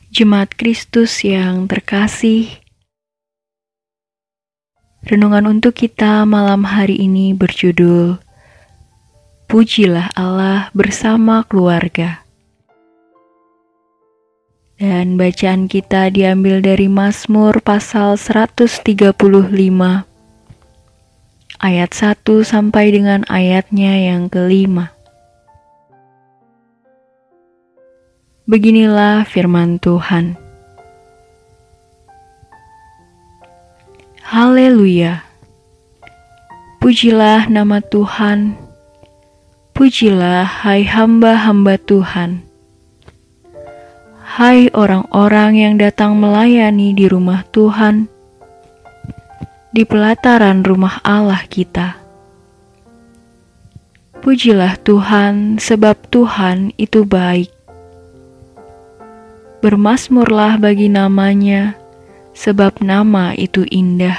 Jemaat Kristus yang terkasih, renungan untuk kita malam hari ini berjudul Pujilah Allah bersama keluarga. Dan bacaan kita diambil dari Mazmur pasal 135 ayat 1 sampai dengan ayatnya yang kelima. Beginilah firman Tuhan. Haleluya. Pujilah nama Tuhan. Pujilah hai hamba-hamba Tuhan. Hai orang-orang yang datang melayani di rumah Tuhan, di pelataran rumah Allah kita. Pujilah Tuhan, sebab Tuhan itu baik. Bermasmurlah bagi namanya, sebab nama itu indah.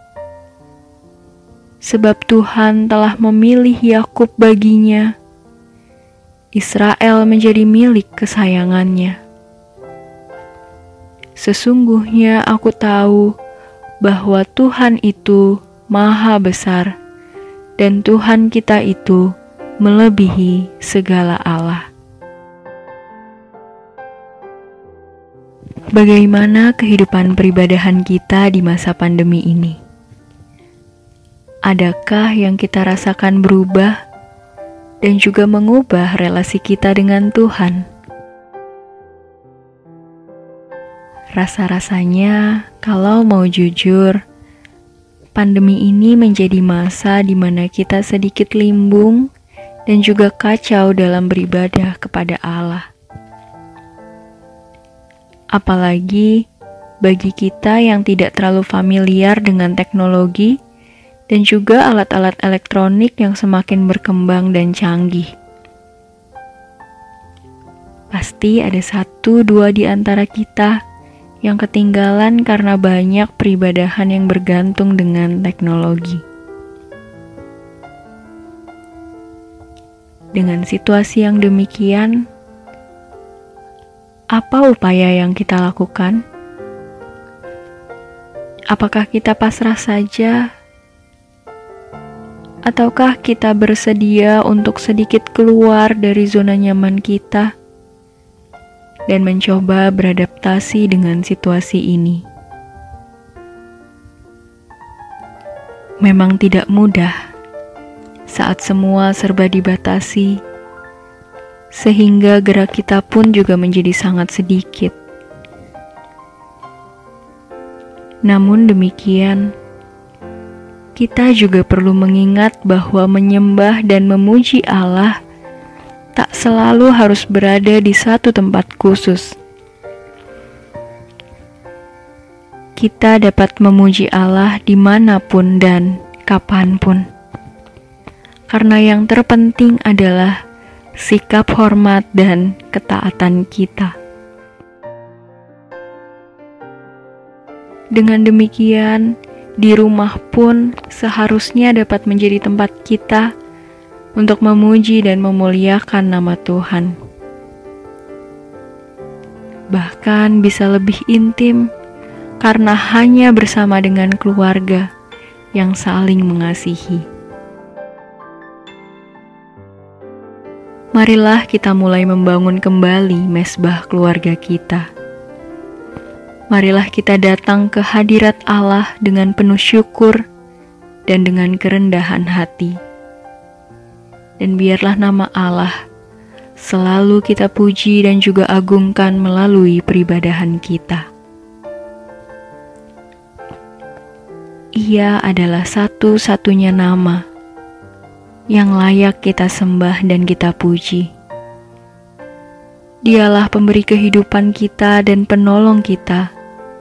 Sebab Tuhan telah memilih Yakub baginya, Israel menjadi milik kesayangannya. Sesungguhnya aku tahu bahwa Tuhan itu maha besar, dan Tuhan kita itu melebihi segala Allah. Bagaimana kehidupan peribadahan kita di masa pandemi ini? Adakah yang kita rasakan berubah dan juga mengubah relasi kita dengan Tuhan? Rasa-rasanya, kalau mau jujur, pandemi ini menjadi masa di mana kita sedikit limbung dan juga kacau dalam beribadah kepada Allah. Apalagi bagi kita yang tidak terlalu familiar dengan teknologi dan juga alat-alat elektronik yang semakin berkembang dan canggih. Pasti ada 1-2 di antara kita yang ketinggalan karena banyak peribadahan yang bergantung dengan teknologi. Dengan situasi yang demikian, apa upaya yang kita lakukan? Apakah kita pasrah saja? Ataukah kita bersedia untuk sedikit keluar dari zona nyaman kita dan mencoba beradaptasi dengan situasi ini? Memang tidak mudah saat semua serba dibatasi, sehingga gerak kita pun juga menjadi sangat sedikit. Namun demikian, kita juga perlu mengingat bahwa menyembah dan memuji Allah tak selalu harus berada di satu tempat khusus. Kita dapat memuji Allah dimanapun dan kapanpun, karena yang terpenting adalah sikap hormat dan ketaatan kita. Dengan demikian, di rumah pun seharusnya dapat menjadi tempat kita untuk memuji dan memuliakan nama Tuhan. Bahkan bisa lebih intim karena hanya bersama dengan keluarga yang saling mengasihi. Marilah kita mulai membangun kembali mezbah keluarga kita. Marilah kita datang ke hadirat Allah dengan penuh syukur dan dengan kerendahan hati. Dan biarlah nama Allah selalu kita puji dan juga agungkan melalui peribadahan kita. Ia adalah satu-satunya nama yang layak kita sembah dan kita puji. Dialah pemberi kehidupan kita dan penolong kita.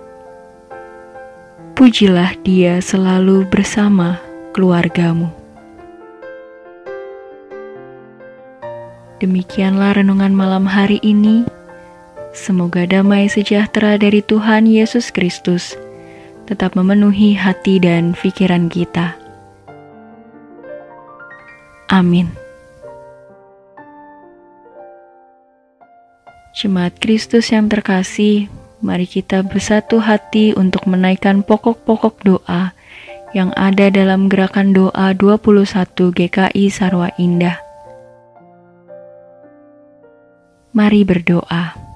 Pujilah Dia selalu bersama keluargamu. Demikianlah renungan malam hari ini. Semoga damai sejahtera dari Tuhan Yesus Kristus tetap memenuhi hati dan pikiran kita. Amin. Jemaat Kristus yang terkasih, mari kita bersatu hati untuk menaikkan pokok-pokok doa yang ada dalam gerakan doa 21 GKI Sarwa Indah. Mari berdoa.